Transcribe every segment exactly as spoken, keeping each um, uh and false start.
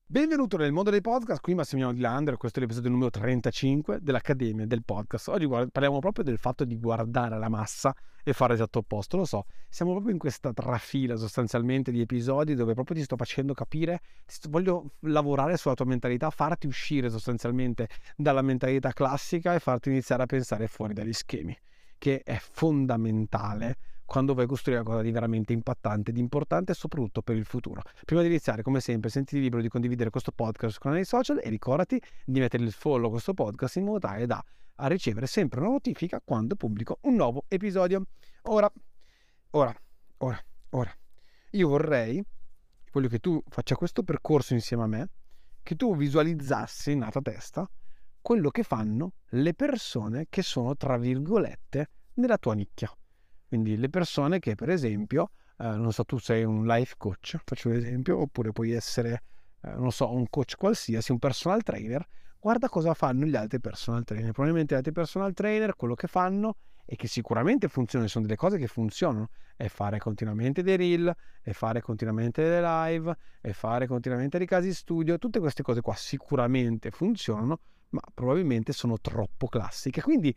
Benvenuto nel mondo dei podcast, qui Massimiliano Di Landro, questo è l'episodio numero trentacinque dell'Accademia del Podcast. Oggi guarda, parliamo proprio del fatto di guardare la massa e fare l'esatto opposto. Lo so, siamo proprio in questa trafila sostanzialmente di episodi dove proprio ti sto facendo capire, ti sto- voglio lavorare sulla tua mentalità, farti uscire sostanzialmente dalla mentalità classica e farti iniziare a pensare fuori dagli schemi, che è fondamentale quando vuoi costruire qualcosa di veramente impattante, di importante e soprattutto per il futuro. Prima di iniziare, come sempre, sentiti libero di condividere questo podcast sui canali social e ricordati di mettere il follow a questo podcast in modo tale da a ricevere sempre una notifica quando pubblico un nuovo episodio. Ora, ora, ora, ora, io vorrei, voglio che tu faccia questo percorso insieme a me, che tu visualizzassi nella tua testa quello che fanno le persone che sono, tra virgolette, nella tua nicchia. Quindi le persone che, per esempio, eh, non so, tu sei un life coach, faccio un esempio, oppure puoi essere, eh, non so, un coach qualsiasi, un personal trainer. Guarda cosa fanno gli altri personal trainer. Probabilmente gli altri personal trainer, quello che fanno e che sicuramente funzionano, sono delle cose che funzionano, è fare continuamente dei reel, è fare continuamente delle live, è fare continuamente dei casi studio. Tutte queste cose qua sicuramente funzionano, ma probabilmente sono troppo classiche. Quindi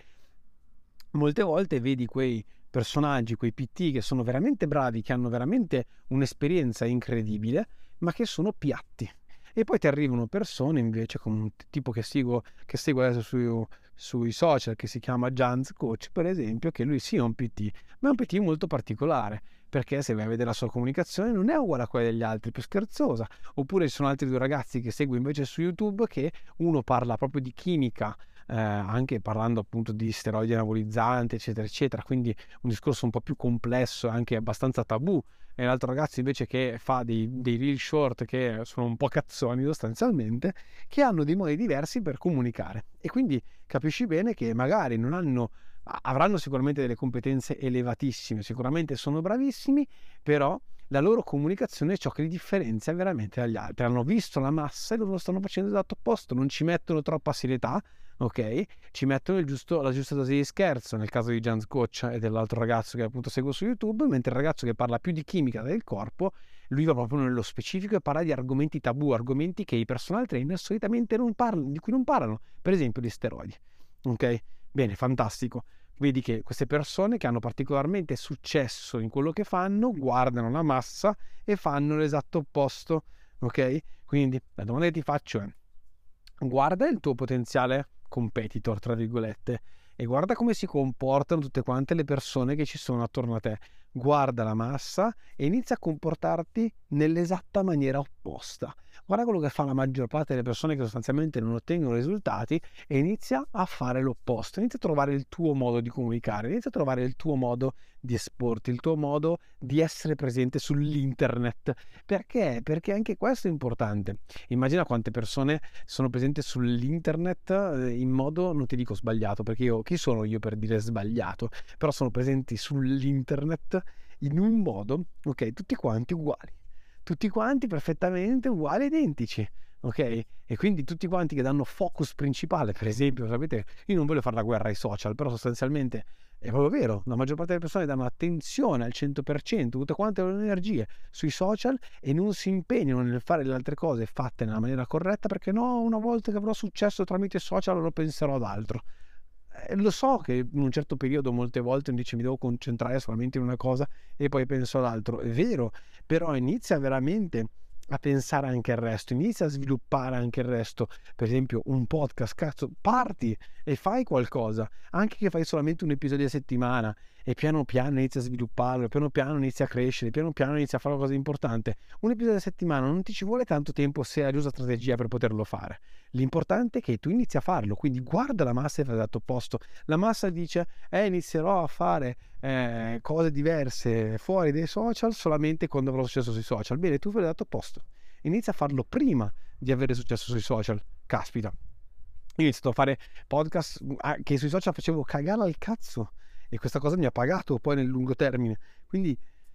molte volte vedi quei personaggi, quei P T che sono veramente bravi, che hanno veramente un'esperienza incredibile, ma che sono piatti. E poi ti arrivano persone invece come un tipo che seguo, che seguo adesso su, sui social, che si chiama Jans Coach, per esempio, che lui sì è un P T, ma è un P T molto particolare, perché se vai a vedere la sua comunicazione non è uguale a quella degli altri, più scherzosa. Oppure ci sono altri due ragazzi che seguo invece su YouTube, che uno parla proprio di chimica, eh, anche parlando appunto di steroidi anabolizzanti, eccetera, eccetera, quindi un discorso un po' più complesso e anche abbastanza tabù, e l'altro ragazzo invece che fa dei, dei reel short che sono un po' cazzoni sostanzialmente, che hanno dei modi diversi per comunicare. E quindi capisci bene che magari non hanno, avranno sicuramente delle competenze elevatissime, sicuramente sono bravissimi, però la loro comunicazione è ciò che li differenzia veramente dagli altri. Hanno visto la massa e loro lo stanno facendo esatto opposto, non ci mettono troppa serietà, ok? Ci mettono il giusto, la giusta dose di scherzo, nel caso di Jans Coach e dell'altro ragazzo che appunto seguo su YouTube, mentre il ragazzo che parla più di chimica del corpo, lui va proprio nello specifico e parla di argomenti tabù, argomenti che i personal trainer solitamente non parlano, di cui non parlano, per esempio gli steroidi, ok? Bene, fantastico. Vedi che queste persone che hanno particolarmente successo in quello che fanno guardano la massa e fanno l'esatto opposto, ok? Quindi la domanda che ti faccio è: guarda il tuo potenziale competitor, tra virgolette, e guarda come si comportano tutte quante le persone che ci sono attorno a te. Guarda la massa e inizia a comportarti nell'esatta maniera opposta. Guarda quello che fa la maggior parte delle persone che sostanzialmente non ottengono risultati e inizia a fare l'opposto. Inizia a trovare il tuo modo di comunicare, inizia a trovare il tuo modo di esporti, il tuo modo di essere presente sull'internet. Perché? Perché anche questo è importante. Immagina quante persone sono presenti sull'internet eh, in modo, non ti dico sbagliato, perché io chi sono io per dire sbagliato, però sono presenti sull'internet in un modo, ok, tutti quanti uguali, tutti quanti perfettamente uguali, identici, ok? E quindi tutti quanti che danno focus principale, per esempio, sapete, io non voglio fare la guerra ai social, però sostanzialmente è proprio vero, la maggior parte delle persone danno attenzione al cento per cento, tutte quante le loro energie sui social e non si impegnano nel fare le altre cose fatte nella maniera corretta, perché no, una volta che avrò successo tramite social lo penserò ad altro. Eh, lo so che in un certo periodo molte volte dice mi devo concentrare solamente in una cosa e poi penso ad altro, è vero, però inizia veramente a pensare anche al resto, inizia a sviluppare anche il resto, per esempio un podcast, cazzo, parti e fai qualcosa, anche che fai solamente un episodio a settimana e piano piano inizia a svilupparlo, piano piano inizia a crescere, piano piano inizia a fare una cosa importante. Un episodio a settimana non ti ci vuole tanto tempo se hai la giusta strategia per poterlo fare. L'importante è che tu inizi a farlo, quindi guarda la massa e fai l'esatto opposto. La massa dice, eh, inizierò a fare eh, cose diverse fuori dai social solamente quando avrò successo sui social. Bene, tu fai l'esatto opposto. Inizia a farlo prima di avere successo sui social. Caspita. Io ho iniziato a fare podcast che sui social facevo cagare al cazzo e questa cosa mi ha pagato poi nel lungo termine. Quindi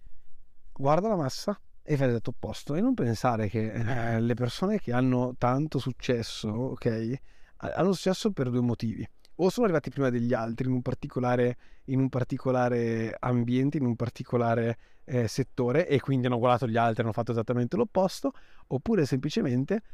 guarda la massa e fai l'esatto opposto e non pensare che eh, le persone che hanno tanto successo, ok, hanno successo per due motivi: o sono arrivati prima degli altri in un particolare, in un particolare ambiente, in un particolare eh, settore, e quindi hanno guardato gli altri e hanno fatto esattamente l'opposto, oppure semplicemente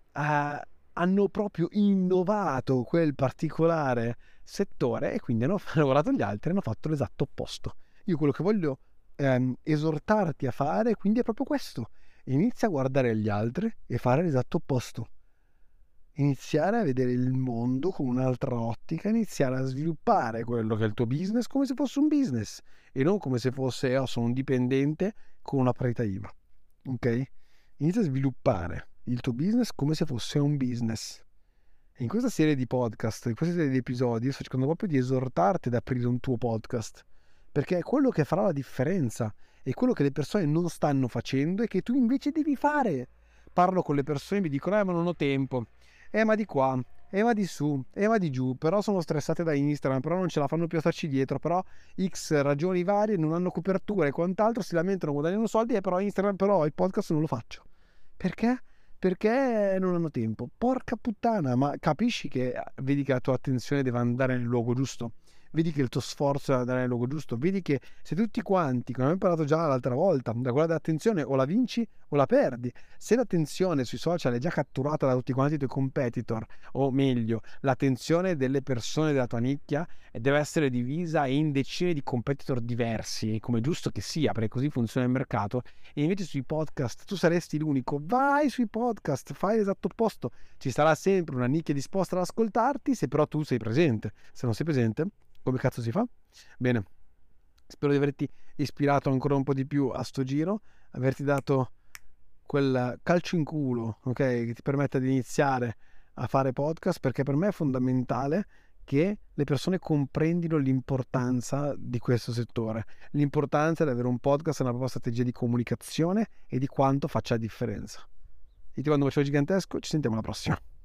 eh, hanno proprio innovato quel particolare settore e quindi hanno lavorato gli altri, hanno fatto l'esatto opposto. Io quello che voglio ehm, esortarti a fare quindi è proprio questo: inizia a guardare gli altri e fare l'esatto opposto, iniziare a vedere il mondo con un'altra ottica, iniziare a sviluppare quello che è il tuo business come se fosse un business e non come se fosse oh, sono un dipendente con una partita I V A, ok? Inizia a sviluppare il tuo business come se fosse un business. E in questa serie di podcast, in questa serie di episodi, sto cercando proprio di esortarti ad aprire un tuo podcast, perché è quello che farà la differenza, è quello che le persone non stanno facendo e che tu invece devi fare. Parlo con le persone e mi dicono, eh ma non ho tempo, eh ma di qua, eh ma di su, eh ma di giù, però sono stressate da Instagram, però non ce la fanno più a starci dietro, però X ragioni varie, non hanno copertura e quant'altro, si lamentano, guadagnano soldi e però Instagram, però il podcast non lo faccio. Perché? Perché non hanno tempo. Porca puttana, ma capisci che vedi che la tua attenzione deve andare nel luogo giusto? Vedi che il tuo sforzo deve andare nel luogo giusto? Vedi che se tutti quanti, come abbiamo parlato già l'altra volta, da quella dell'attenzione o la vinci o la perdi. Se l'attenzione sui social è già catturata da tutti quanti i tuoi competitor, o meglio, l'attenzione delle persone della tua nicchia deve essere divisa in decine di competitor diversi, come giusto che sia, perché così funziona il mercato. E invece sui podcast tu saresti l'unico. Vai sui podcast, fai l'esatto opposto. Ci sarà sempre una nicchia disposta ad ascoltarti, se però tu sei presente. Se non sei presente, come cazzo si fa? Bene, spero di averti ispirato ancora un po' di più a sto giro, averti dato quel calcio in culo, ok, che ti permetta di iniziare a fare podcast, perché per me è fondamentale che le persone comprendino l'importanza di questo settore, l'importanza di avere un podcast e una propria strategia di comunicazione e di quanto faccia la differenza. Io ti mando un bacio gigantesco, ci sentiamo alla prossima.